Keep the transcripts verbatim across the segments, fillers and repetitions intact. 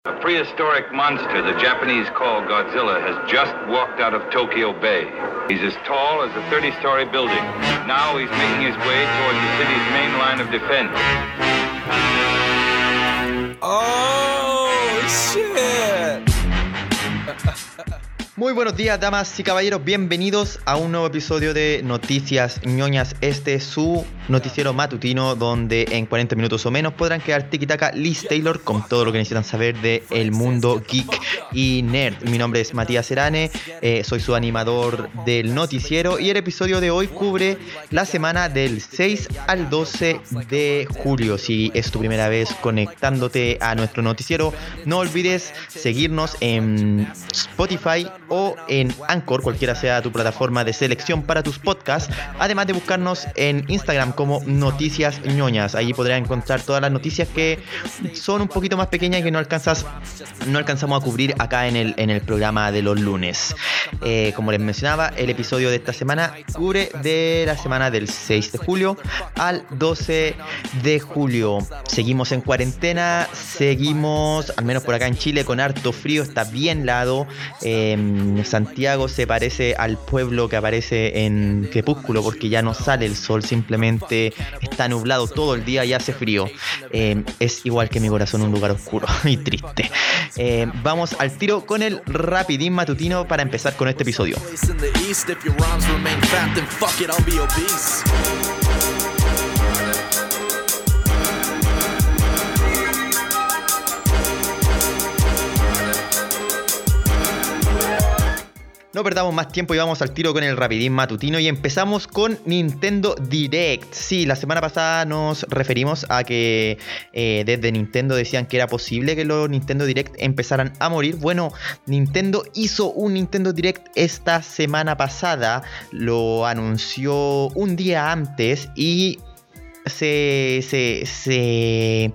A prehistoric monster the Japanese call Godzilla has just walked out of Tokyo Bay. He's as tall as a thirty-story building. Now he's making his way towards the city's main line of defense. Oh, shit. Muy buenos días, damas y caballeros, bienvenidos a un nuevo episodio de Noticias Ñoñas. Este es su noticiero matutino donde en cuarenta minutos o menos podrán quedar tiki-taka Liz Taylor con todo lo que necesitan saber del mundo geek y nerd. Mi nombre es Matías Serane, eh, soy su animador del noticiero y el episodio de hoy cubre la semana del seis al doce de julio. Si es tu primera vez conectándote a nuestro noticiero, no olvides seguirnos en Spotify o en Anchor, cualquiera sea tu plataforma de selección para tus podcasts, además de buscarnos en Instagram como Noticias Ñoñas. Allí podrás encontrar todas las noticias que son un poquito más pequeñas y que no alcanzas, no alcanzamos a cubrir acá en el, en el programa de los lunes. Eh, como les mencionaba, el episodio de esta semana cubre de la semana del seis de julio al doce de julio. Seguimos en cuarentena, seguimos, al menos por acá en Chile, con harto frío, está bien helado. Eh, Santiago se parece al pueblo que aparece en Crepúsculo porque ya no sale el sol, simplemente está nublado todo el día y hace frío. Eh, es igual que mi corazón, un lugar oscuro y triste. Eh, vamos al tiro con el rapidín matutino para empezar con este episodio. No perdamos más tiempo y vamos al tiro con el rapidín matutino y empezamos con Nintendo Direct. Sí, la semana pasada nos referimos a que eh, desde Nintendo decían que era posible que los Nintendo Direct empezaran a morir. Bueno, Nintendo hizo un Nintendo Direct esta semana pasada, lo anunció un día antes y se... se, se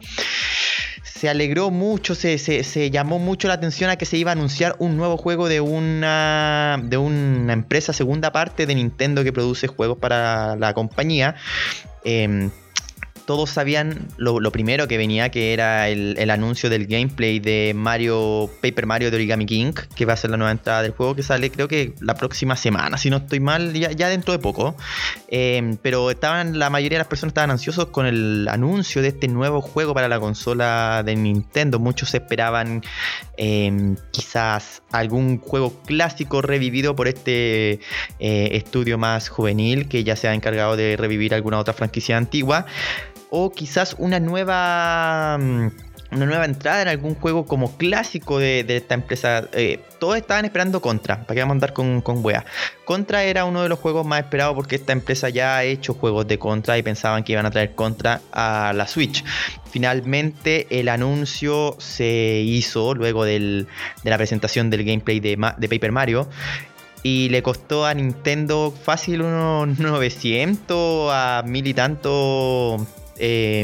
Se alegró mucho, se, se, se llamó mucho la atención a que se iba a anunciar un nuevo juego de una, de una empresa segunda parte de Nintendo que produce juegos para la compañía. Eh, Todos sabían lo, lo primero que venía, que era el, el anuncio del gameplay de Mario, Paper Mario de Origami King, que va a ser la nueva entrada del juego, que sale creo que la próxima semana, si no estoy mal, ya, ya dentro de poco. Eh, pero estaban, la mayoría de las personas estaban ansiosos con el anuncio de este nuevo juego para la consola de Nintendo. Muchos esperaban eh, quizás algún juego clásico revivido por este eh, estudio más juvenil que ya se ha encargado de revivir alguna otra franquicia antigua. O quizás una nueva una nueva entrada en algún juego como clásico de, de esta empresa. Eh, todos estaban esperando Contra. ¿Para qué vamos a andar con, con wea? Contra era uno de los juegos más esperados porque esta empresa ya ha hecho juegos de Contra y pensaban que iban a traer Contra a la Switch. Finalmente el anuncio se hizo luego del, de la presentación del gameplay de, de Paper Mario. Y le costó a Nintendo fácil unos novecientos a mil y tanto eh,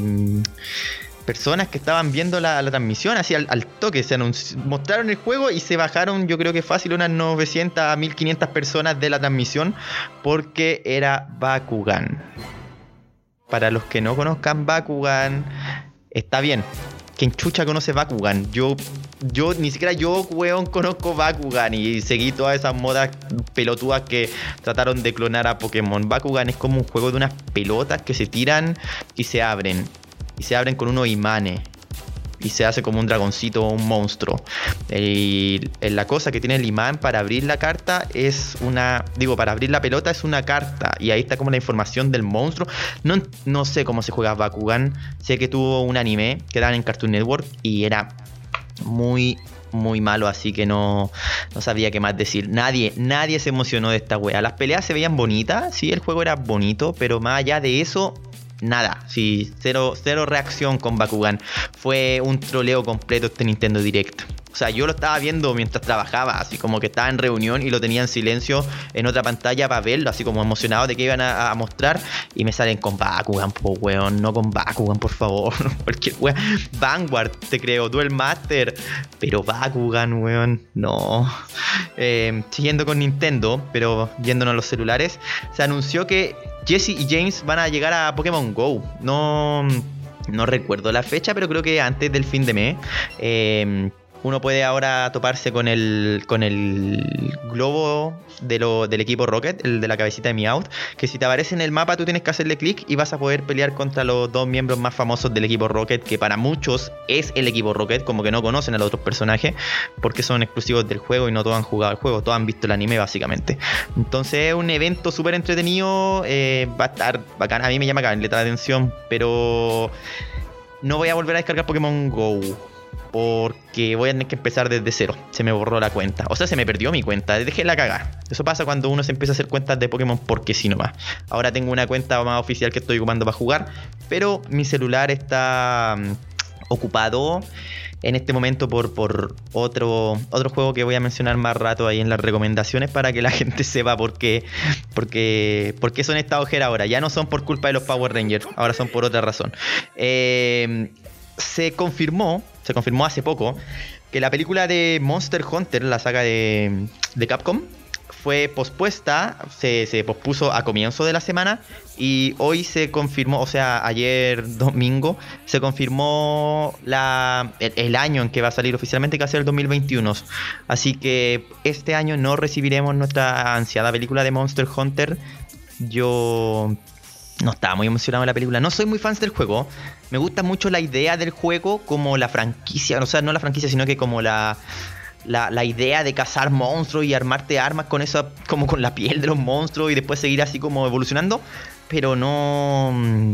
personas que estaban viendo la, la transmisión, así al, al toque. Se anunció, mostraron el juego y se bajaron, yo creo que fácil unas novecientas a mil quinientas personas de la transmisión porque era Bakugan. Para los que no conozcan Bakugan, está bien. ¿Quién chucha conoce Bakugan? Yo, yo, ni siquiera yo, weón, conozco Bakugan y seguí todas esas modas pelotudas que trataron de clonar a Pokémon. Bakugan es como un juego de unas pelotas que se tiran y se abren. Y se abren con unos imanes. Y se hace como un dragoncito o un monstruo. Y la cosa que tiene el imán para abrir la carta es una... Digo, para abrir la pelota es una carta. Y ahí está como la información del monstruo. No, no sé cómo se juega Bakugan. Sé que tuvo un anime que daban en Cartoon Network. Y era muy... muy malo, así que no, no sabía qué más decir. Nadie, nadie se emocionó de esta wea. Las peleas se veían bonitas. Sí, el juego era bonito. Pero más allá de eso... Nada, sí, cero, cero reacción con Bakugan. Fue un troleo completo este Nintendo Direct. O sea, yo lo estaba viendo mientras trabajaba, así como que estaba en reunión y lo tenía en silencio en otra pantalla para verlo, así como emocionado de que iban a, a mostrar. Y me salen con Bakugan, po weón, no con Bakugan, por favor. Cualquier weón. Vanguard, te creo, Duel Master. Pero Bakugan, weón, no. Eh, siguiendo con Nintendo, pero yéndonos a los celulares, se anunció que Jesse y James van a llegar a Pokémon Go. No, no recuerdo la fecha, pero creo que antes del fin de mes. Eh, uno puede ahora toparse con el con el globo de lo, del equipo Rocket, el de la cabecita de Meowth, que si te aparece en el mapa tú tienes que hacerle clic y vas a poder pelear contra los dos miembros más famosos del equipo Rocket, que para muchos es el equipo Rocket, como que no conocen a los otros personajes porque son exclusivos del juego y no todos han jugado el juego, todos han visto el anime básicamente. Entonces es un evento súper entretenido, eh, va a estar bacán, a mí me llama caleta la atención, pero no voy a volver a descargar Pokémon Go porque voy a tener que empezar desde cero. Se me borró la cuenta, o sea, se me perdió mi cuenta, dejé la cagar. Eso pasa cuando uno se empieza a hacer cuentas de Pokémon porque sí nomás. Ahora tengo una cuenta más oficial que estoy ocupando para jugar, pero mi celular está um, ocupado en este momento por, por otro, otro juego que voy a mencionar más rato ahí en las recomendaciones para que la gente sepa por qué, porque, por qué son esta ojera ahora. Ya no son por culpa de los Power Rangers, ahora son por otra razón. Eh, se confirmó, se confirmó hace poco que la película de Monster Hunter, la saga de, de Capcom, fue pospuesta, se, se pospuso a comienzo de la semana y hoy se confirmó, o sea, ayer domingo, se confirmó la, el, el año en que va a salir oficialmente, que va a ser el dos mil veintiuno. Así que este año no recibiremos nuestra ansiada película de Monster Hunter. Yo no estaba muy emocionado de la película, no soy muy fan del juego, me gusta mucho la idea del juego como la franquicia, o sea, no la franquicia, sino que como la... La, la idea de cazar monstruos y armarte armas con eso, como con la piel de los monstruos y después seguir así como evolucionando, pero no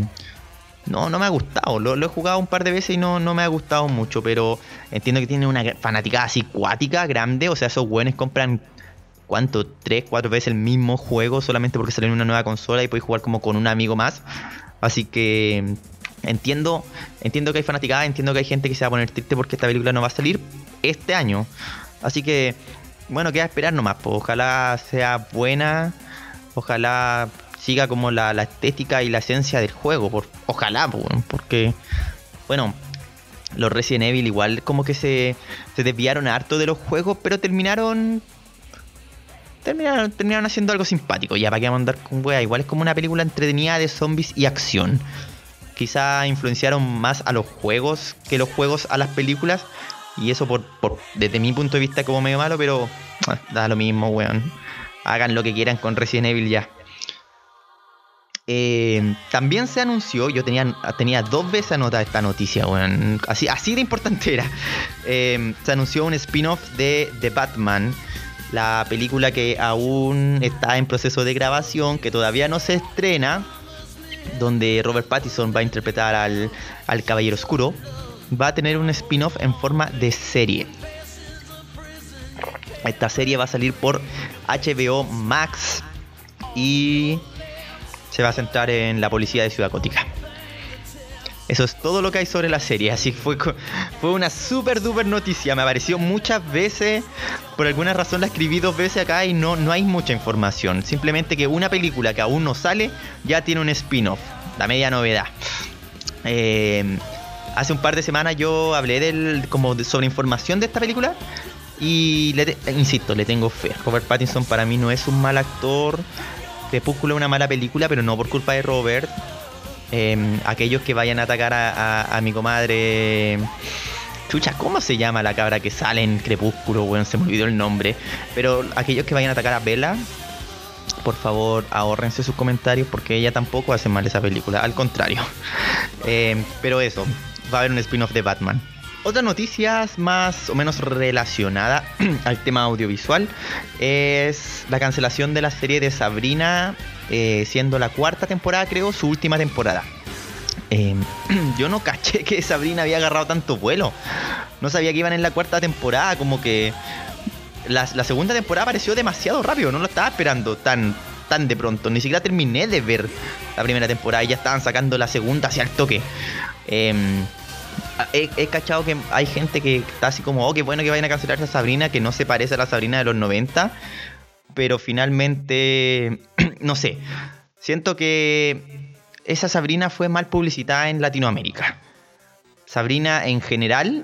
no, no me ha gustado. Lo, lo he jugado un par de veces y no, no me ha gustado mucho, pero entiendo que tiene una fanaticada así cuática, grande. O sea, esos güeyes compran ¿cuánto? Tres, cuatro veces el mismo juego solamente porque sale en una nueva consola y puedes jugar como con un amigo más. Así que entiendo, entiendo que hay fanaticada, entiendo que hay gente que se va a poner triste porque esta película no va a salir este año. Así que, bueno, queda esperar nomás, pues. Ojalá sea buena, ojalá siga como la, la estética y la esencia del juego. Por, ojalá, pues, porque, bueno, los Resident Evil igual como que se, se desviaron harto de los juegos, pero terminaron... Terminaron, terminaron haciendo algo simpático. Ya, para qué vamos a andar con wea. Igual es como una película entretenida de zombies y acción. Quizá influenciaron más a los juegos que los juegos a las películas. Y eso por, por desde mi punto de vista como medio malo, pero ah, da lo mismo, weón. Hagan lo que quieran con Resident Evil ya. Eh, también se anunció, yo tenía, tenía dos veces anotada esta noticia, weón. Así, así de importante era. Eh, se anunció un spin-off de The Batman, la película que aún está en proceso de grabación, que todavía no se estrena, donde Robert Pattinson va a interpretar al, al Caballero Oscuro. Va a tener un spin-off en forma de serie. Esta serie va a salir por H B O Max y se va a centrar en la policía de Ciudad Gótica. Eso es todo lo que hay sobre la serie. Así que fue, fue una super duper noticia. Me apareció muchas veces. Por alguna razón la escribí dos veces acá y no, no hay mucha información. Simplemente que una película que aún no sale ya tiene un spin-off. La media novedad. Eh... Hace un par de semanas yo hablé del, como de, sobre información de esta película y le te, insisto, le tengo fe. Robert Pattinson para mí no es un mal actor. Crepúsculo es una mala película, pero no por culpa de Robert. Eh, aquellos que vayan a atacar a, a, a mi comadre... Chucha, ¿cómo se llama la cabra que sale en Crepúsculo? Bueno, se me olvidó el nombre. Pero aquellos que vayan a atacar a Bella, por favor, ahórrense sus comentarios porque ella tampoco hace mal esa película. Al contrario. Eh, pero eso... Va a haber un spin-off de Batman. Otras noticias más o menos relacionadas al tema audiovisual es la cancelación de la serie de Sabrina, eh, siendo la cuarta temporada, creo, su última temporada. Eh, yo no caché que Sabrina había agarrado tanto vuelo. No sabía que iban en la cuarta temporada, como que la, la segunda temporada pareció demasiado rápido, no lo estaba esperando tan, tan de pronto. Ni siquiera terminé de ver la primera temporada y ya estaban sacando la segunda hacia el toque. Eh, he, he cachado que hay gente que está así como, oh, qué bueno que vayan a cancelar a Sabrina, que no se parece a la Sabrina de los noventa, pero finalmente, no sé, siento que esa Sabrina fue mal publicitada en Latinoamérica. Sabrina en general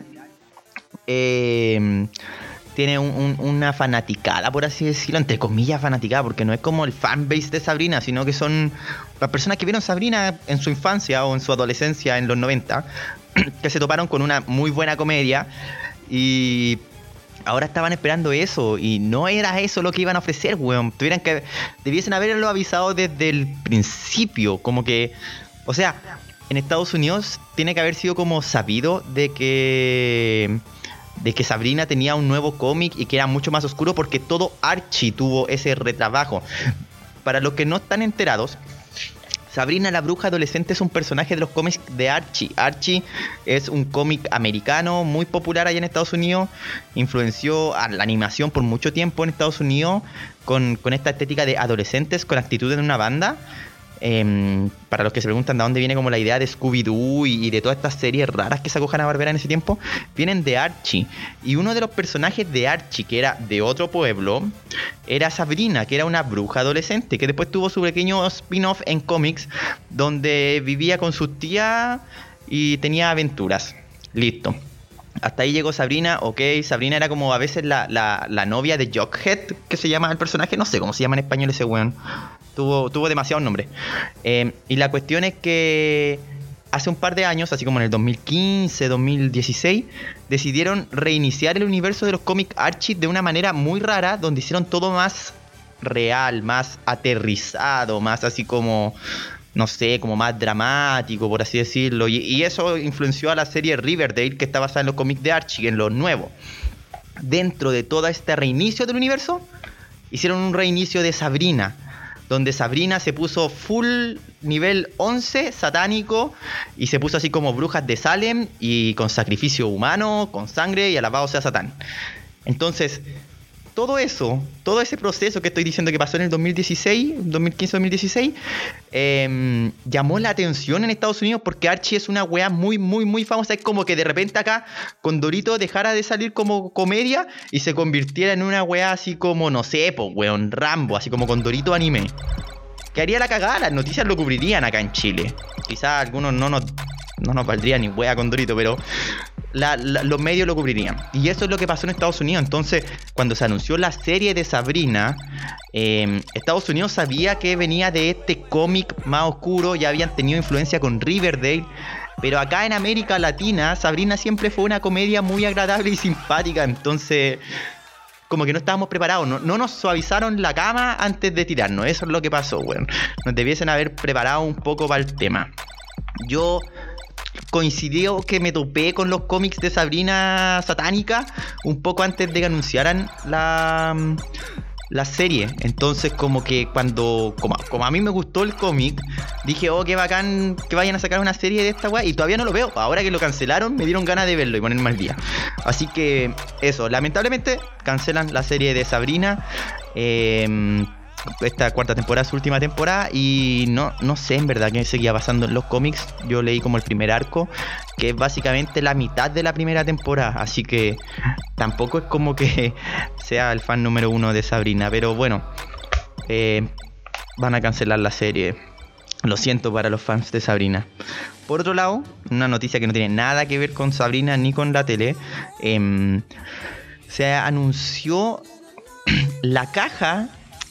eh, tiene un, un, una fanaticada, por así decirlo, entre comillas fanaticada, porque no es como el fanbase de Sabrina, sino que son las personas que vieron Sabrina en su infancia o en su adolescencia en los noventa, que se toparon con una muy buena comedia y ahora estaban esperando eso y no era eso lo que iban a ofrecer, weón. Tuvieran que debiesen haberlo avisado desde el principio, como que, o sea, en Estados Unidos tiene que haber sido como sabido de que de que Sabrina tenía un nuevo cómic y que era mucho más oscuro, porque todo Archie tuvo ese retrabajo. Para los que no están enterados, Sabrina la bruja adolescente es un personaje de los cómics de Archie. Archie es un cómic americano muy popular allá en Estados Unidos. Influenció a la animación por mucho tiempo en Estados Unidos con, con esta estética de adolescentes con actitud en una banda. Eh, para los que se preguntan de dónde viene como la idea de Scooby-Doo y, y de todas estas series raras que sacó Hanna-Barbera en ese tiempo, vienen de Archie. Y uno de los personajes de Archie, que era de otro pueblo, era Sabrina, que era una bruja adolescente, que después tuvo su pequeño spin-off en cómics, donde vivía con sus tías y tenía aventuras. Listo. Hasta ahí llegó Sabrina, ok. Sabrina era como a veces la, la, la novia de Jughead, que se llama el personaje, no sé cómo se llama en español ese weón. Tuvo, tuvo demasiados nombres. Eh, y la cuestión es que hace un par de años, así como en el dos mil quince, dos mil dieciséis, decidieron reiniciar el universo de los cómics Archie de una manera muy rara, donde hicieron todo más real, más aterrizado, más así como, no sé, como más dramático, por así decirlo. Y, y eso influenció a la serie Riverdale, que está basada en los cómics de Archie, en los nuevos. Dentro de todo este reinicio del universo, hicieron un reinicio de Sabrina, donde Sabrina se puso full nivel once, satánico, y se puso así como brujas de Salem, y con sacrificio humano, con sangre, y alabado sea Satán. Entonces, todo eso, todo ese proceso que estoy diciendo que pasó en el dos mil dieciséis, dos mil quince, dos mil dieciséis, eh, llamó la atención en Estados Unidos, porque Archie es una weá muy, muy, muy famosa. Es como que de repente acá Condorito dejara de salir como comedia y se convirtiera en una weá así como, no sé, pues weón, Rambo, así como Condorito anime. Que haría la cagada, las noticias lo cubrirían acá en Chile. Quizás algunos no nos, no nos valdría ni weá Condorito, pero La, la, los medios lo cubrirían. Y eso es lo que pasó en Estados Unidos. Entonces, cuando se anunció la serie de Sabrina, eh, Estados Unidos sabía que venía de este cómic más oscuro. Ya habían tenido influencia con Riverdale. Pero acá en América Latina, Sabrina siempre fue una comedia muy agradable y simpática. Entonces, como que no estábamos preparados. No, no nos suavizaron la cama antes de tirarnos. Eso es lo que pasó, bueno. Nos debiesen haber preparado un poco para el tema. Yo coincidió que me topé con los cómics de Sabrina satánica un poco antes de que anunciaran la, la serie. Entonces como que cuando como, como a mí me gustó el cómic, dije, oh, qué bacán que vayan a sacar una serie de esta weá, y todavía no lo veo. Ahora que lo cancelaron me dieron ganas de verlo y ponerme al día. Así que eso, lamentablemente cancelan la serie de Sabrina. eh, Esta cuarta temporada, su última temporada. Y no, no sé en verdad qué seguía pasando en los cómics. Yo leí como el primer arco, que es básicamente la mitad de la primera temporada. Así que tampoco es como que sea el fan número uno de Sabrina. Pero bueno, eh, van a cancelar la serie. Lo siento para los fans de Sabrina. Por otro lado, una noticia que no tiene nada que ver con Sabrina ni con la tele. eh, Se anunció la caja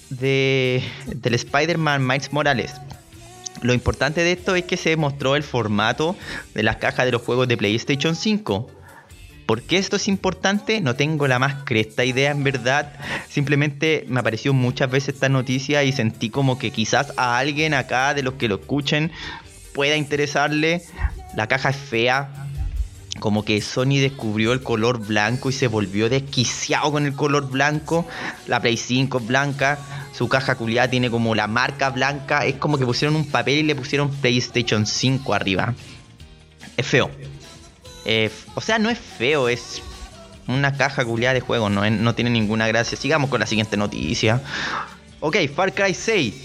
De, del Spider-Man Miles Morales. Lo importante de esto es que se mostró el formato de las cajas de los juegos de PlayStation cinco. ¿Por qué esto es importante? No tengo la más cresta idea, en verdad. Simplemente me apareció muchas veces esta noticia y sentí como que quizás a alguien acá de los que lo escuchen pueda interesarle. La caja es fea. Como que Sony descubrió el color blanco y se volvió desquiciado con el color blanco. La Play cinco es blanca. Su caja culiada tiene como la marca blanca. Es como que pusieron un papel y le pusieron PlayStation cinco arriba. Es feo. Eh, o sea, no es feo, es una caja culiada de juegos. No, no tiene ninguna gracia. Sigamos con la siguiente noticia. Ok, Far Cry seis.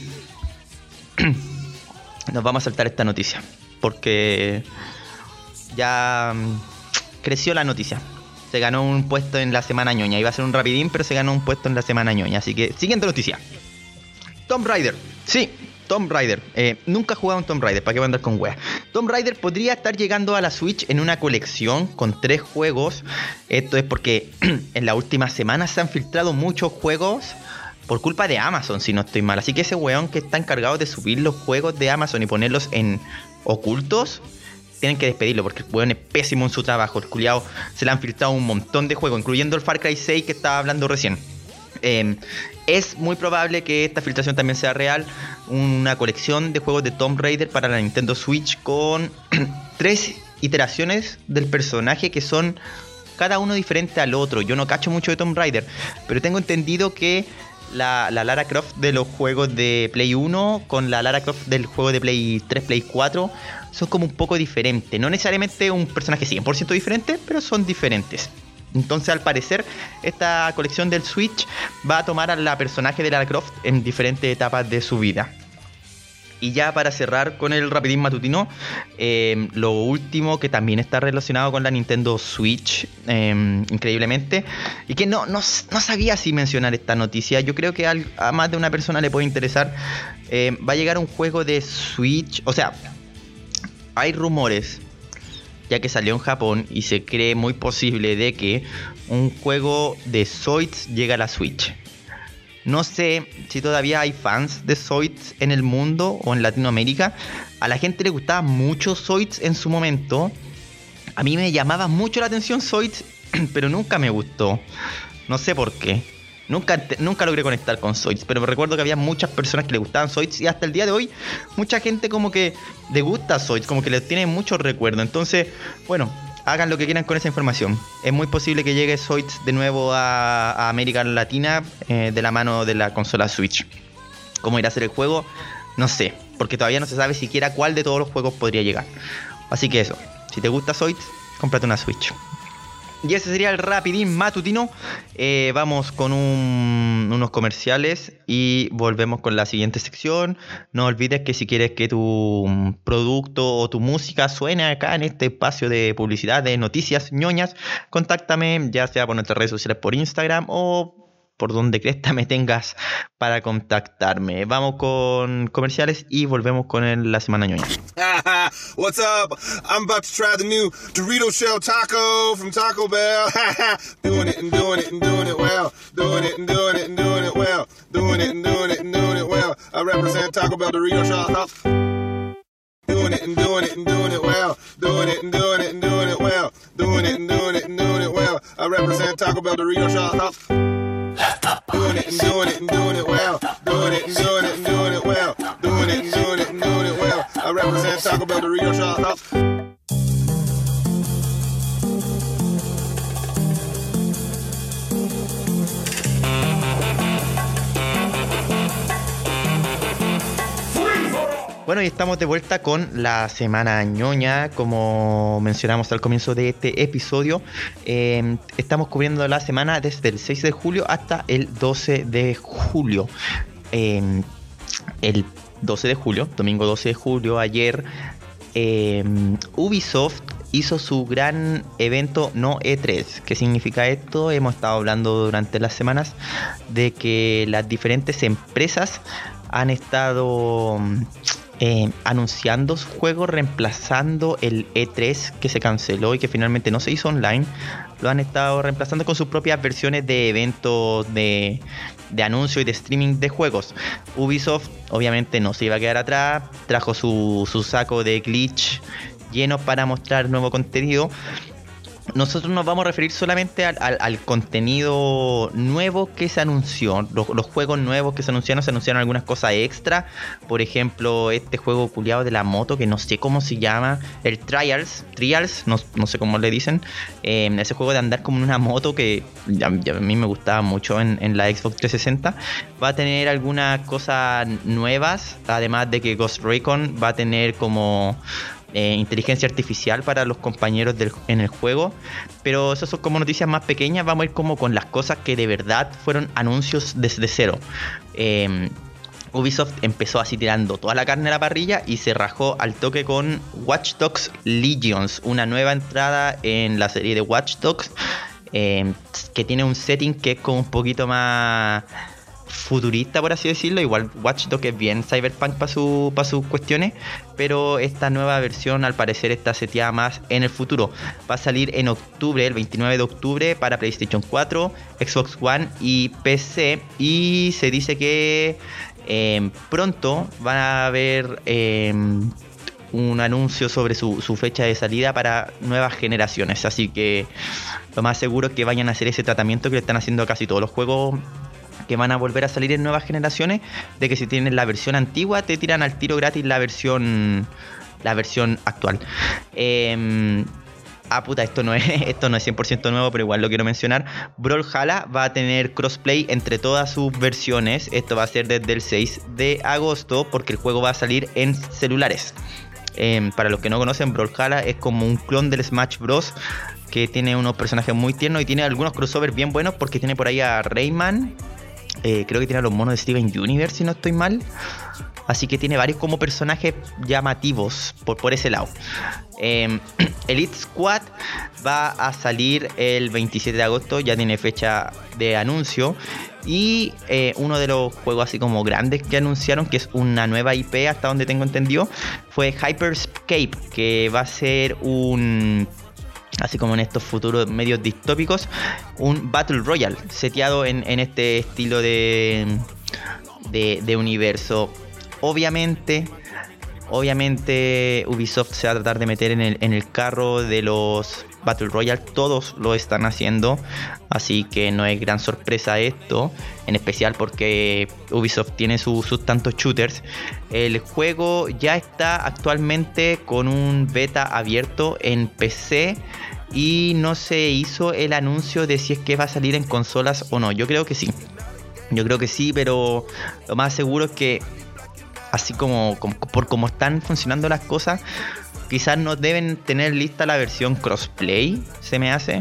Nos vamos a saltar esta noticia porque ya creció la noticia. Se ganó un puesto en la semana ñoña. Iba a ser un rapidín, pero se ganó un puesto en la semana ñoña. Así que, siguiente noticia. Tomb Raider. Sí, Tomb Raider. Eh, nunca he jugado un Tomb Raider, ¿para qué voy a andar con wea? Tomb Raider podría estar llegando a la Switch en una colección con tres juegos. Esto es porque en las últimas semanas se han filtrado muchos juegos por culpa de Amazon, si no estoy mal. Así que ese weón que está encargado de subir los juegos de Amazon y ponerlos en ocultos tienen que despedirlo porque el weón es pésimo en su trabajo. El culiao se le han filtrado un montón de juegos, incluyendo el Far Cry seis que estaba hablando recién. Eh, es muy probable que esta filtración también sea real. Una colección de juegos de Tomb Raider para la Nintendo Switch con tres iteraciones del personaje que son cada uno diferente al otro. Yo no cacho mucho de Tomb Raider, pero tengo entendido que la, la Lara Croft de los juegos de Play uno con la Lara Croft del juego de Play tres, Play cuatro son como un poco diferentes. No necesariamente un personaje cien por ciento diferente, pero son diferentes. Entonces, al parecer, esta colección del Switch va a tomar a la personaje de Lara Croft en diferentes etapas de su vida. Y ya para cerrar con el rapidín matutino, eh, lo último que también está relacionado con la Nintendo Switch, eh, increíblemente, y que no, no, no sabía si mencionar esta noticia. Yo creo que a, a más de una persona le puede interesar. Eh, va a llegar un juego de Switch, o sea, hay rumores, ya que salió en Japón y se cree muy posible de que un juego de Zoids llegue a la Switch. No sé si todavía hay fans de Zoids en el mundo o en Latinoamérica. A la gente le gustaba mucho Zoids en su momento. A mí me llamaba mucho la atención Zoids, pero nunca me gustó. No sé por qué. Nunca, nunca logré conectar con Zoids, pero me recuerdo que había muchas personas que le gustaban Zoids y hasta el día de hoy mucha gente como que le gusta Zoids, como que le tiene muchos recuerdos. Entonces, bueno, hagan lo que quieran con esa información. Es muy posible que llegue Zoids de nuevo a, a América Latina eh, de la mano de la consola Switch. ¿Cómo irá a ser el juego? No sé, porque todavía no se sabe siquiera cuál de todos los juegos podría llegar. Así que eso, si te gusta Zoids, cómprate una Switch. Y ese sería el rapidín matutino. Eh, vamos con un, unos comerciales y volvemos con la siguiente sección. No olvides que si quieres que tu producto o tu música suene acá en este espacio de publicidad, de noticias ñoñas, contáctame ya sea por nuestras redes sociales, por Instagram o por donde cresta me tengas para contactarme. Vamos con comerciales y volvemos con el, la semana ñoña. What's up? I'm about to try the new Dorito Shell Taco from Taco Bell. Doing it and doing it and doing it well. Doing it and doing it and doing it well. Doing it and doing it and doing it well. I represent Taco Bell Dorito Shell Taco. Doing it and doing it and doing it well. Doing it and doing it and doing it well. Doing it and doing it and doing it well. I represent Taco Bell Dorito Shell Taco. Doing it and doing it and doing it well. Doing it and doing it and doing it well. Doing it and doing it and doing it well. I represent Taco Bell Dorito Shop. Bueno, y estamos de vuelta con la semana ñoña. Como mencionamos al comienzo de este episodio, eh, estamos cubriendo la semana desde el seis de julio hasta el doce de julio. Eh, el doce de julio, domingo doce de julio, ayer, eh, Ubisoft hizo su gran evento no E tres. ¿Qué significa esto? Hemos estado hablando durante las semanas de que las diferentes empresas han estado eh, anunciando sus juegos, reemplazando el E tres que se canceló y que finalmente no se hizo online. Lo han estado reemplazando con sus propias versiones de eventos de, de anuncio y de streaming de juegos. Ubisoft obviamente no se iba a quedar atrás, trajo su, su saco de glitch lleno para mostrar nuevo contenido. Nosotros nos vamos a referir solamente al, al, al contenido nuevo que se anunció. Los, los juegos nuevos que se anunciaron, se anunciaron algunas cosas extra. Por ejemplo, este juego culiado de la moto que no sé cómo se llama, el Trials, Trials, no, no sé cómo le dicen. Eh, ese juego de andar como en una moto que ya, ya a mí me gustaba mucho en, en la Xbox trescientos sesenta. Va a tener algunas cosas nuevas, además de que Ghost Recon va a tener como Eh, inteligencia artificial para los compañeros del, en el juego. Pero esas son como noticias más pequeñas. Vamos a ir como con las cosas que de verdad fueron anuncios desde cero. eh, Ubisoft empezó así tirando toda la carne a la parrilla y se rajó al toque con Watch Dogs Legions, una nueva entrada en la serie de Watch Dogs, eh, que tiene un setting que es como un poquito más futurista, por así decirlo. Igual Watch Dogs es bien cyberpunk para su, pa sus cuestiones, pero esta nueva versión al parecer está seteada más en el futuro. Va a salir en octubre, el veintinueve de octubre, para PlayStation cuatro, Xbox One y P C, y se dice que eh, pronto van a haber eh, un anuncio sobre su, su fecha de salida para nuevas generaciones. Así que lo más seguro es que vayan a hacer ese tratamiento que le están haciendo a casi todos los juegos que van a volver a salir en nuevas generaciones, de que si tienes la versión antigua te tiran al tiro gratis la versión la versión actual. Eh, ah puta, esto no es esto no es cien por ciento nuevo, pero igual lo quiero mencionar. Brawlhalla va a tener crossplay entre todas sus versiones. Esto va a ser desde el seis de agosto, porque el juego va a salir en celulares. Eh, para los que no conocen, Brawlhalla es como un clon del Smash Bros, que tiene unos personajes muy tiernos y tiene algunos crossovers bien buenos, porque tiene por ahí a Rayman. Eh, creo que tiene a los monos de Steven Universe, si no estoy mal. Así que tiene varios como personajes llamativos por, por ese lado. Eh, Elite Squad va a salir el veintisiete de agosto, ya tiene fecha de anuncio. Y eh, uno de los juegos así como grandes que anunciaron, que es una nueva I P hasta donde tengo entendido, fue Hyperscape, que va a ser un... así como en estos futuros medios distópicos, un Battle Royale seteado en, en este estilo de, de, de universo. Obviamente, obviamente Ubisoft se va a tratar de meter en el, en el carro de los Battle Royale. Todos lo están haciendo, así que no es gran sorpresa esto, en especial porque Ubisoft tiene su, sus tantos shooters. El juego ya está actualmente con un beta abierto en P C y no se hizo el anuncio de si es que va a salir en consolas o no. Yo creo que sí, yo creo que sí, pero lo más seguro es que así como, como por cómo están funcionando las cosas, quizás no deben tener lista la versión crossplay, se me hace,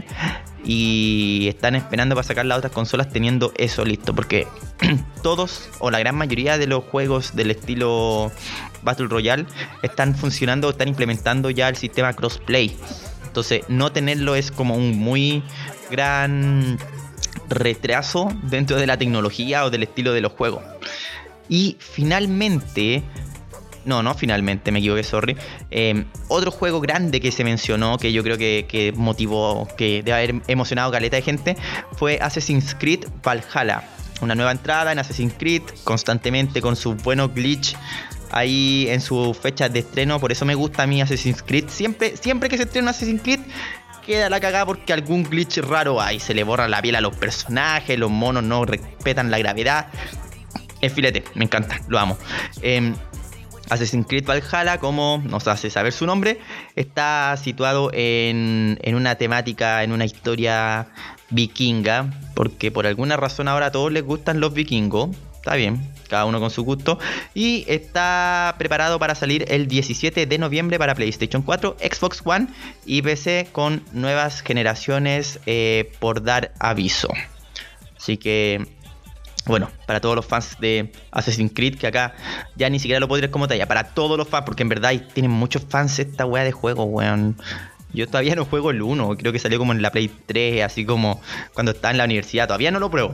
y están esperando para sacar las otras consolas teniendo eso listo, porque todos o la gran mayoría de los juegos del estilo Battle Royale están funcionando, están implementando ya el sistema crossplay. Entonces no tenerlo es como un muy gran retraso dentro de la tecnología o del estilo de los juegos. Y finalmente, no, no finalmente, me equivoqué, sorry. Eh, otro juego grande que se mencionó, que yo creo que, que motivó, que debe haber emocionado caleta de gente, fue Assassin's Creed Valhalla. Una nueva entrada en Assassin's Creed, constantemente con sus buenos glitch ahí en su fecha de estreno. Por eso me gusta a mí Assassin's Creed. Siempre, siempre que se estrena Assassin's Creed, queda la cagada porque algún glitch raro hay. Se le borra la piel a los personajes, los monos no respetan la gravedad. Es filete, me encanta, lo amo. Eh, Assassin's Creed Valhalla, como nos hace saber su nombre, está situado en, en una temática, en una historia vikinga, porque por alguna razón ahora a todos les gustan los vikingos. Está bien, cada uno con su gusto. Y está preparado para salir el diecisiete de noviembre para PlayStation cuatro, Xbox One y P C, con nuevas generaciones eh, por dar aviso. Así que... bueno, para todos los fans de Assassin's Creed, que acá ya ni siquiera lo podré como talla, para todos los fans, porque en verdad tienen muchos fans esta weá de juego, weón. Yo todavía no juego el uno, creo que salió como en la Play tres, así como cuando estaba en la universidad, todavía no lo pruebo.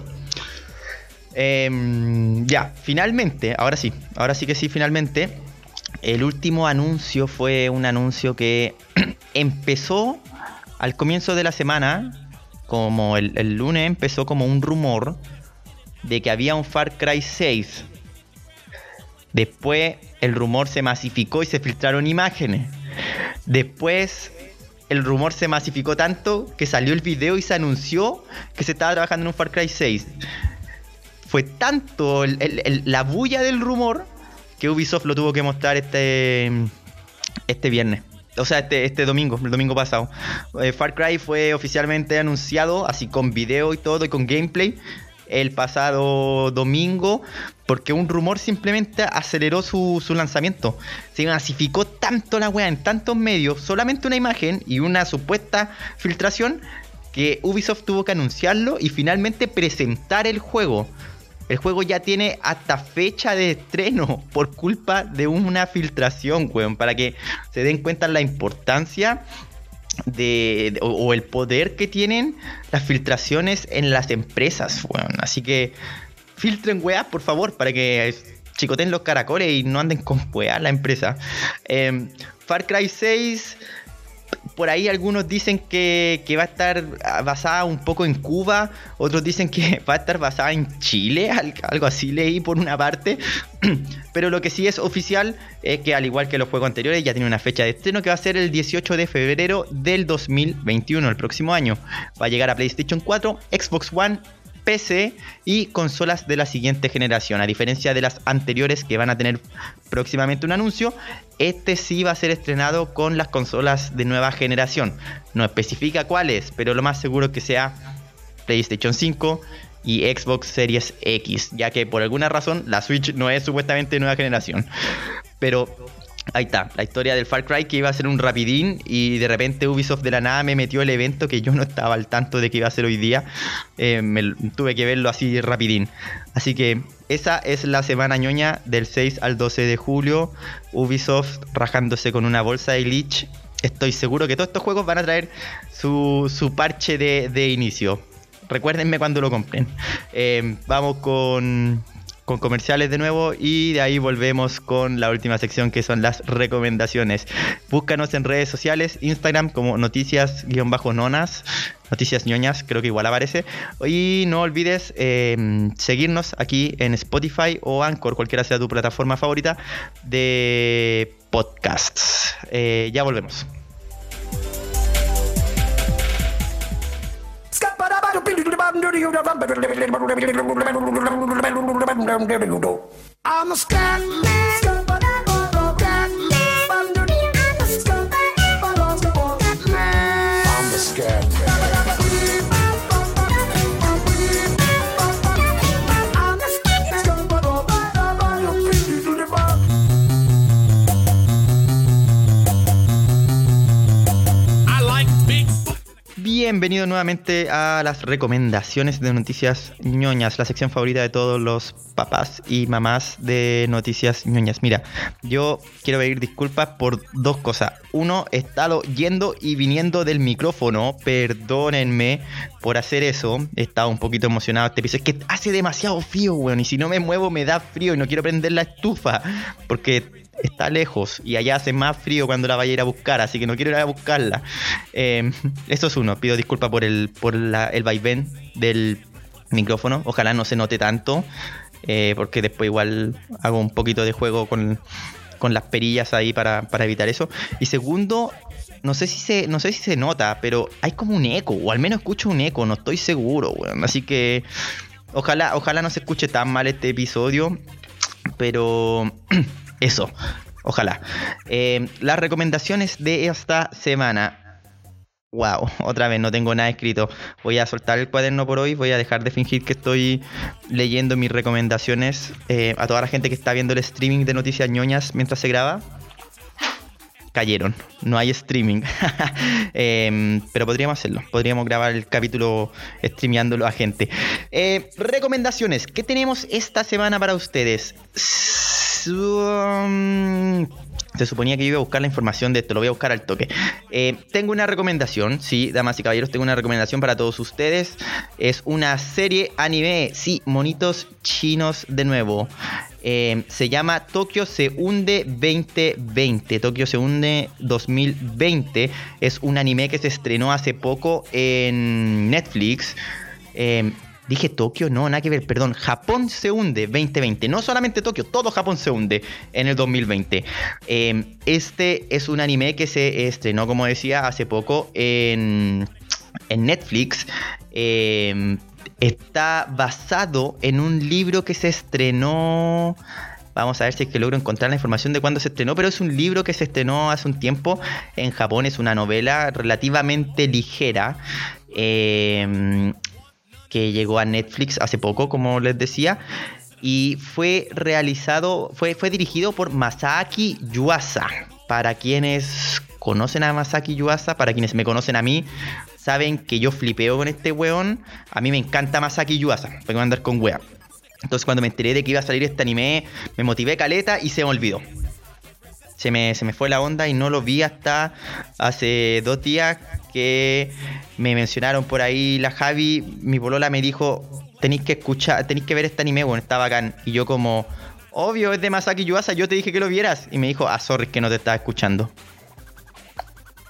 Eh, ya, finalmente, ahora sí, ahora sí que sí, finalmente, el último anuncio fue un anuncio que empezó al comienzo de la semana, como el, el lunes empezó como un rumor de que había un Far Cry seis. Después el rumor se masificó y se filtraron imágenes. Después el rumor se masificó tanto que salió el video y se anunció que se estaba trabajando en un Far Cry seis. Fue tanto el, el, el, la bulla del rumor que Ubisoft lo tuvo que mostrar este, este viernes. O sea, este, este domingo, el domingo pasado. Eh, Far Cry fue oficialmente anunciado, así con video y todo y con gameplay, el pasado domingo, porque un rumor simplemente aceleró su, su lanzamiento. Se masificó tanto la wea en tantos medios, solamente una imagen y una supuesta filtración, que Ubisoft tuvo que anunciarlo y finalmente presentar el juego. El juego ya tiene hasta fecha de estreno por culpa de una filtración, weón, para que se den cuenta la importancia De, de, o, o el poder que tienen las filtraciones en las empresas, weón. Así que filtren weas, por favor, para que chicoten los caracoles y no anden con weas la empresa. eh, Far Cry seis por ahí algunos dicen que, que va a estar basada un poco en Cuba, otros dicen que va a estar basada en Chile, algo así leí por una parte. Pero lo que sí es oficial es que, al igual que los juegos anteriores, ya tiene una fecha de estreno que va a ser el dieciocho de febrero del dos mil veintiuno, el próximo año. Va a llegar a PlayStation cuatro, Xbox One, P C y consolas de la siguiente generación. A diferencia de las anteriores que van a tener próximamente un anuncio, este sí va a ser estrenado con las consolas de nueva generación. No especifica cuáles, pero lo más seguro es que sea PlayStation cinco y Xbox Series X, ya que por alguna razón la Switch no es supuestamente nueva generación. Pero ahí está, la historia del Far Cry, que iba a ser un rapidín y de repente Ubisoft de la nada me metió el evento que yo no estaba al tanto de que iba a ser hoy día. eh, me, tuve que verlo así rapidín. Así que esa es la semana ñoña del seis al doce de julio. Ubisoft rajándose con una bolsa de glitch. Estoy seguro que todos estos juegos van a traer su, su parche de, de inicio. Recuérdenme cuando lo compren. eh, Vamos con... con comerciales de nuevo y de ahí volvemos con la última sección, que son las recomendaciones. Búscanos en redes sociales, Instagram como noticias-nonas, noticias ñoñas, creo que igual aparece. Y no olvides eh, seguirnos aquí en Spotify o Anchor, cualquiera sea tu plataforma favorita de podcasts. Eh, ya volvemos. I'm a scat man. I'm a scat Bienvenido nuevamente a las recomendaciones de noticias ñoñas, la sección favorita de todos los papás y mamás de noticias ñoñas. Mira, yo quiero pedir disculpas por dos cosas. Uno, he estado yendo y viniendo del micrófono, perdónenme por hacer eso. He estado un poquito emocionado este episodio. Es que hace demasiado frío, weón, y si no me muevo me da frío y no quiero prender la estufa porque está lejos y allá hace más frío cuando la vaya a ir a buscar, así que no quiero ir a buscarla. Eh, eso es uno. Pido disculpas por el por la, el vaivén del micrófono. Ojalá no se note tanto, eh, porque después igual hago un poquito de juego con, con las perillas ahí para, para evitar eso. Y segundo, no sé si se no sé si se nota, pero hay como un eco, o al menos escucho un eco, no estoy seguro, bueno. Así que ojalá ojalá no se escuche tan mal este episodio, pero eso, ojalá. Eh, las recomendaciones de esta semana. Wow, otra vez no tengo nada escrito. Voy a soltar el cuaderno por hoy. Voy a dejar de fingir que estoy leyendo mis recomendaciones. Eh, a toda la gente que está viendo el streaming de Noticias Ñoñas mientras se graba, cayeron, no hay streaming. eh, pero podríamos hacerlo. Podríamos grabar el capítulo streameándolo a gente. Eh, recomendaciones. ¿Qué tenemos esta semana para ustedes? Um, se suponía que yo iba a buscar la información de esto, lo voy a buscar al toque. Eh, tengo una recomendación, sí, damas y caballeros, tengo una recomendación para todos ustedes. Es una serie anime, sí, monitos chinos de nuevo. Eh, se llama Tokio se hunde veinte veinte. Tokio se hunde dos mil veinte. Es un anime que se estrenó hace poco en Netflix. Eh, Dije Tokio, no, nada que ver, perdón. Japón se hunde veinte veinte. No solamente Tokio, todo Japón se hunde en el dos mil veinte. Eh, este es un anime que se estrenó, como decía, hace poco en, en Netflix. Eh, está basado en un libro que se estrenó. Vamos a ver si es que logro encontrar la información de cuándo se estrenó, pero es un libro que se estrenó hace un tiempo en Japón. Es una novela relativamente ligera. Eh... que llegó a Netflix hace poco, como les decía, y fue realizado, fue, fue dirigido por Masaaki Yuasa. Para quienes conocen a Masaaki Yuasa, para quienes me conocen a mí, saben que yo flipeo con este weón. A mí me encanta Masaaki Yuasa, tengo que andar con wea. Entonces cuando me enteré de que iba a salir este anime, me motivé caleta y se me olvidó. Se me, se me fue la onda y no lo vi hasta hace dos días que me mencionaron por ahí la Javi, mi polola me dijo, tenéis que escuchar, tenéis que ver este anime, bueno, está bacán. Y yo como, obvio, es de Masaaki Yuasa, yo te dije que lo vieras. Y me dijo, ah, sorry, que no te estaba escuchando.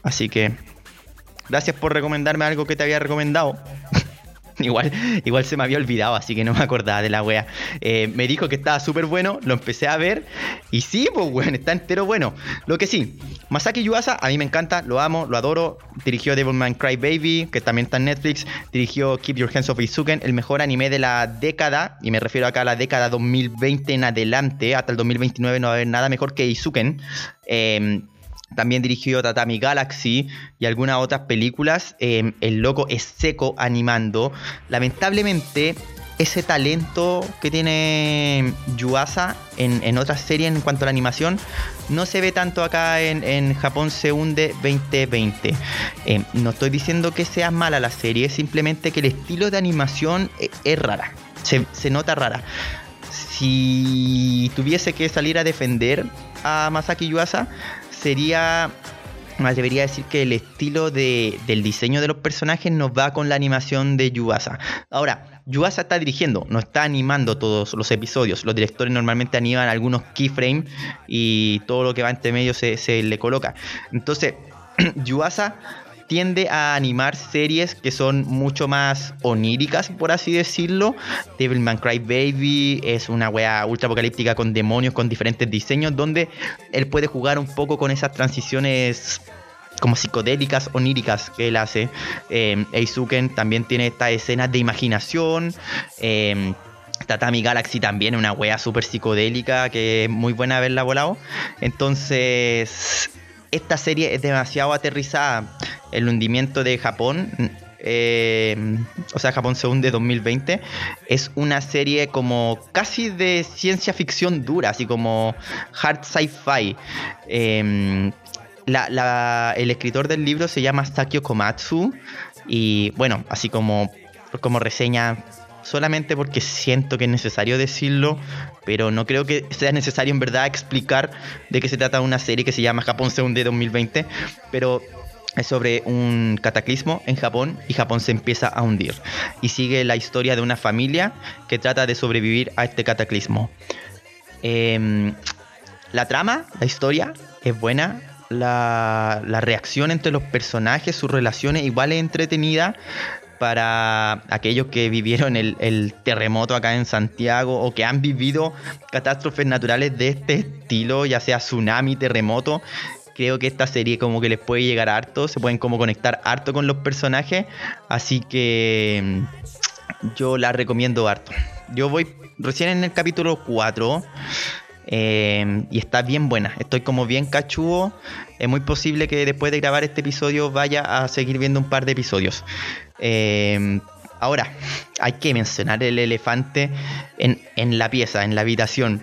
Así que gracias por recomendarme algo que te había recomendado. Igual, igual se me había olvidado, así que no me acordaba de la wea. Eh, me dijo que estaba súper bueno, lo empecé a ver. Y sí, pues weón, está entero bueno. Lo que sí, Masaki Yuasa, a mí me encanta, lo amo, lo adoro. Dirigió Devilman Crybaby, que también está en Netflix. Dirigió Keep Your Hands Off Eizouken, el mejor anime de la década. Y me refiero acá a la década dos mil veinte en adelante. Hasta el dos mil veintinueve no va a haber nada mejor que Eizouken. Eh... También dirigió Tatami Galaxy y algunas otras películas. Eh, el loco es seco animando. Lamentablemente, ese talento que tiene Yuasa en, en otras series en cuanto a la animación no se ve tanto acá en, en Japón se hunde veinte veinte. Eh, no estoy diciendo que sea mala la serie, simplemente que el estilo de animación es, es rara. Se, se nota rara. Si tuviese que salir a defender a Masaki Yuasa, sería, más debería decir que el estilo de, del diseño de los personajes nos va con la animación de Yuasa. Ahora, Yuasa está dirigiendo, no está animando todos los episodios. Los directores normalmente animan algunos keyframes y todo lo que va entre medio se, se le coloca. Entonces, Yuasa tiende a animar series que son mucho más oníricas, por así decirlo. Devilman Crybaby es una wea ultra apocalíptica con demonios, con diferentes diseños, donde él puede jugar un poco con esas transiciones como psicodélicas, oníricas que él hace. Eh, Eizouken también tiene estas escenas de imaginación. Eh, Tatami Galaxy también, una wea súper psicodélica que es muy buena haberla volado. Entonces, esta serie es demasiado aterrizada. El hundimiento de Japón, eh, o sea, Japón se hunde dos mil veinte, es una serie como casi de ciencia ficción dura, así como hard sci-fi. Eh, la, la, el escritor del libro se llama Sakio Komatsu y bueno, así como, como reseña, solamente porque siento que es necesario decirlo, pero no creo que sea necesario en verdad explicar de qué se trata una serie que se llama Japón se hunde dos mil veinte, pero es sobre un cataclismo en Japón y Japón se empieza a hundir y sigue la historia de una familia que trata de sobrevivir a este cataclismo. Eh, la trama, la historia es buena, la, la reacción entre los personajes, sus relaciones igual es entretenida. Para aquellos que vivieron el, el terremoto acá en Santiago o que han vivido catástrofes naturales de este estilo, ya sea tsunami, terremoto, creo que esta serie como que les puede llegar harto, se pueden como conectar harto con los personajes, así que yo la recomiendo harto. Yo voy recién en el capítulo cuatro eh, y está bien buena, estoy como bien cachudo. Es muy posible que después de grabar este episodio vaya a seguir viendo un par de episodios. Eh, ahora, hay que mencionar el elefante en, en la pieza, en la habitación.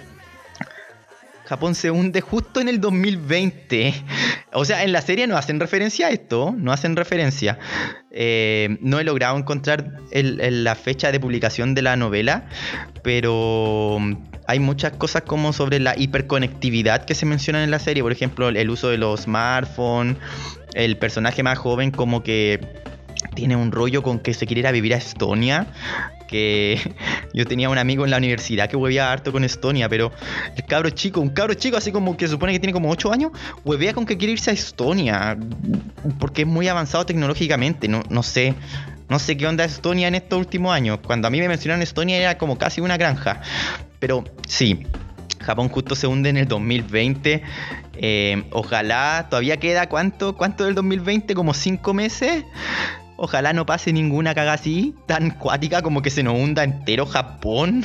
Japón se hunde justo en el dos mil veinte. O sea, en la serie no hacen referencia a esto, no hacen referencia. Eh, no he logrado encontrar el, el, la fecha de publicación de la novela, pero hay muchas cosas como sobre la hiperconectividad que se mencionan en la serie. Por ejemplo, el uso de los smartphones, el personaje más joven como que tiene un rollo con que se quiere ir a vivir a Estonia. Que yo tenía un amigo en la universidad que huevía harto con Estonia, pero el cabro chico, un cabro chico así como que se supone que tiene como ocho años, huevea con que quiere irse a Estonia porque es muy avanzado tecnológicamente. No, no sé, no sé qué onda Estonia en estos últimos años. Cuando a mí me mencionaron Estonia era como casi una granja, pero sí, Japón justo se hunde en el dos mil veinte. Eh, ojalá, todavía queda ¿cuánto? ¿Cuánto del dos mil veinte? Como cinco meses. Ojalá no pase ninguna caga así, tan cuática como que se nos hunda entero Japón.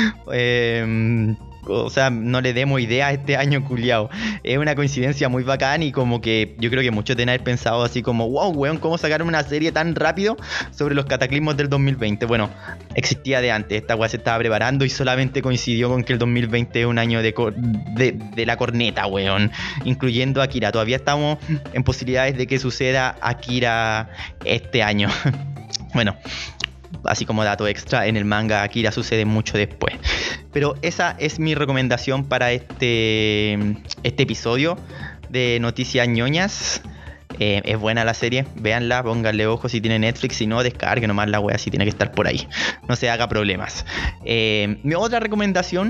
Eh, o sea, no le demos idea a este año culiao. Es una coincidencia muy bacán y como que yo creo que muchos deben haber pensado así como, wow, weón, ¿cómo sacaron una serie tan rápido sobre los cataclismos del dos mil veinte? Bueno, existía de antes, esta weá se estaba preparando y solamente coincidió con que el dos mil veinte es un año de, cor- de, de la corneta, weón, incluyendo Akira. Todavía estamos en posibilidades de que suceda Akira este año. Bueno, así como dato extra, en el manga Akira sucede mucho después. Pero esa es mi recomendación para este, este episodio de Noticias Ñoñas. Eh, es buena la serie, véanla, pónganle ojo si tiene Netflix, si no, descarguen nomás la wea si tiene que estar por ahí. No se haga problemas. Eh, mi otra recomendación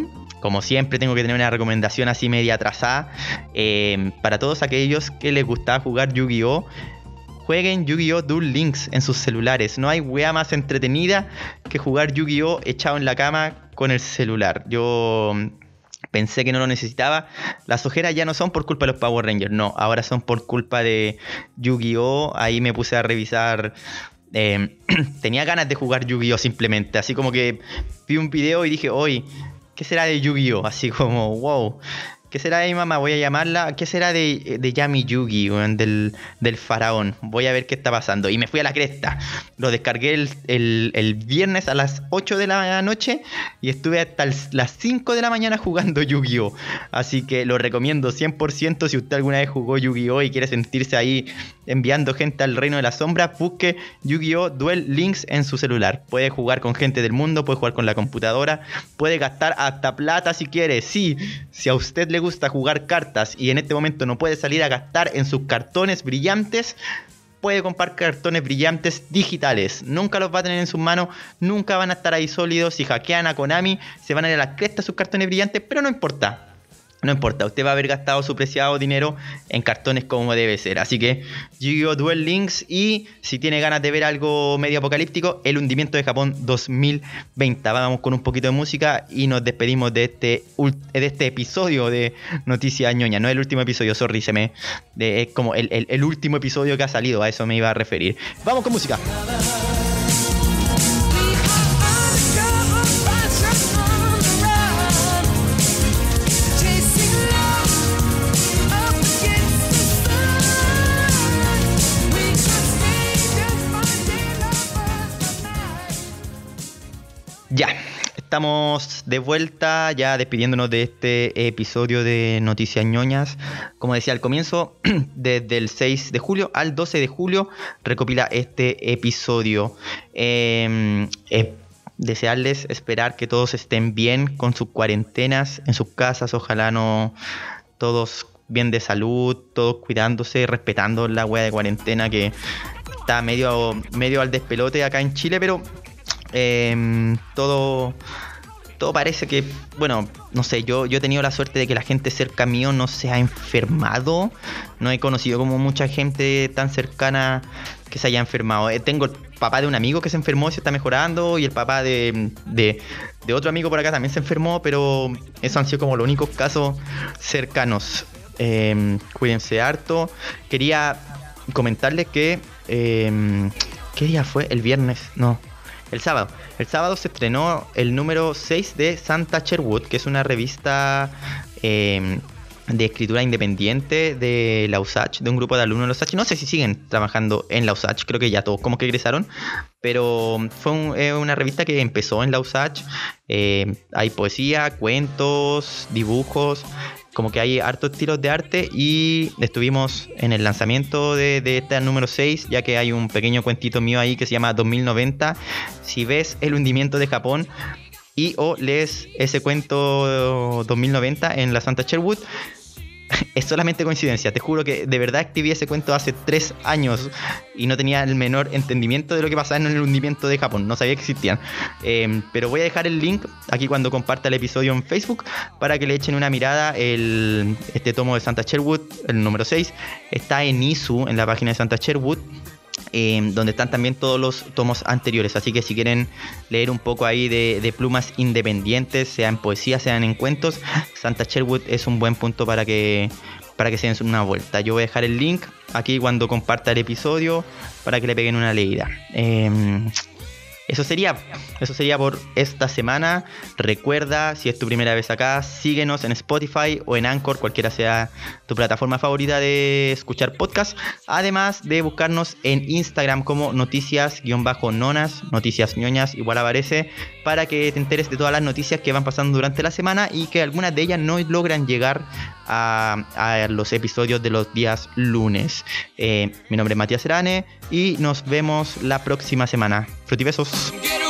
como siempre tengo que tener una recomendación así media atrasada. Eh, para todos aquellos que les gusta jugar Yu-Gi-Oh! Jueguen Yu-Gi-Oh! Duel Links en sus celulares. No hay wea más entretenida que jugar Yu-Gi-Oh! Echado en la cama con el celular. Yo pensé que no lo necesitaba. Las ojeras ya no son por culpa de los Power Rangers, no, ahora son por culpa de Yu-Gi-Oh! Ahí me puse a revisar. Eh, tenía ganas de jugar Yu-Gi-Oh! Simplemente. Así como que vi un video y dije, hoy, ¿qué será de Yu-Gi-Oh? Así como, wow. ¿Qué será de mi mamá? Voy a llamarla. ¿Qué será de, de Yami Yugi, weón? Del, del faraón. Voy a ver qué está pasando. Y me fui a la cresta. Lo descargué el, el, el viernes a las ocho de la noche. Y estuve hasta el, las cinco de la mañana jugando Yu-Gi-Oh! Así que lo recomiendo cien por ciento. Si usted alguna vez jugó Yu-Gi-Oh! Y quiere sentirse ahí enviando gente al reino de las sombras, busque Yu-Gi-Oh! Duel Links en su celular. Puede jugar con gente del mundo. Puede jugar con la computadora. Puede gastar hasta plata si quiere. Sí, si a usted le gusta jugar cartas y en este momento no puede salir a gastar en sus cartones brillantes, puede comprar cartones brillantes digitales. Nunca los va a tener en sus manos, nunca van a estar ahí sólidos. Si hackean a Konami, se van a ir a la cresta sus cartones brillantes, pero no importa. No importa, usted va a haber gastado su preciado dinero en cartones como debe ser. Así que Yu-Gi-Oh! Duel Links. Y si tiene ganas de ver algo medio apocalíptico, El hundimiento de Japón dos mil veinte. Vamos con un poquito de música y nos despedimos de este, de este episodio de Noticias Ñoñas. No es el último episodio, sorry, se me, de, es como el, el, el último episodio que ha salido, a eso me iba a referir. Vamos con música. Ya, estamos de vuelta, ya despidiéndonos de este episodio de Noticias Ñoñas. Como decía al comienzo, desde el seis de julio al doce de julio recopila este episodio. Eh, eh, desearles, esperar que todos estén bien con sus cuarentenas en sus casas. Ojalá no todos bien de salud, todos cuidándose, respetando la hueá de cuarentena que está medio, medio al despelote acá en Chile, pero... Eh, todo todo parece que, bueno, no sé, yo, yo he tenido la suerte de que la gente cerca mío no se ha enfermado. No he conocido como mucha gente tan cercana que se haya enfermado. Eh, tengo el papá de un amigo que se enfermó y se está mejorando, y el papá de, de, de otro amigo por acá también se enfermó, pero esos han sido como los únicos casos cercanos. Eh, cuídense harto. Quería comentarles que eh, ¿qué día fue? El viernes, no El sábado. El sábado se estrenó el número seis de Santa Sherwood, que es una revista eh, de escritura independiente de la U S A C H, de un grupo de alumnos de la U S A C H. No sé si siguen trabajando en la U S A C H, creo que ya todos como que egresaron, pero fue un, eh, una revista que empezó en la U S A C H. Eh, hay poesía, cuentos, dibujos, como que hay hartos tiros de arte, y estuvimos en el lanzamiento de, de este número seis, ya que hay un pequeño cuentito mío ahí que se llama dos mil noventa. Si ves El hundimiento de Japón y o lees ese cuento dos mil noventa en la Santa Sherwood, es solamente coincidencia. Te juro que de verdad escribí ese cuento hace tres años y no tenía el menor entendimiento de lo que pasaba en el hundimiento de Japón. No sabía que existían. Eh, pero voy a dejar el link aquí cuando comparta el episodio en Facebook para que le echen una mirada. El, este tomo de Santa Sherwood, el número seis, está en Isu, en la página de Santa Sherwood. Eh, donde están también todos los tomos anteriores. Así que si quieren leer un poco ahí de, de plumas independientes, sea en poesía, sean en cuentos, Santa Sherwood es un buen punto para que, para que se den una vuelta. Yo voy a dejar el link aquí cuando comparta el episodio para que le peguen una leída. Eh, Eso sería, eso sería por esta semana. Recuerda, si es tu primera vez acá, síguenos en Spotify o en Anchor, cualquiera sea tu plataforma favorita de escuchar podcast. Además de buscarnos en Instagram como noticias-nonas, noticias ñoñas, igual aparece, para que te enteres de todas las noticias que van pasando durante la semana y que algunas de ellas no logran llegar a, a los episodios de los días lunes. Eh, mi nombre es Matías Serane y nos vemos la próxima semana. Frutibesos.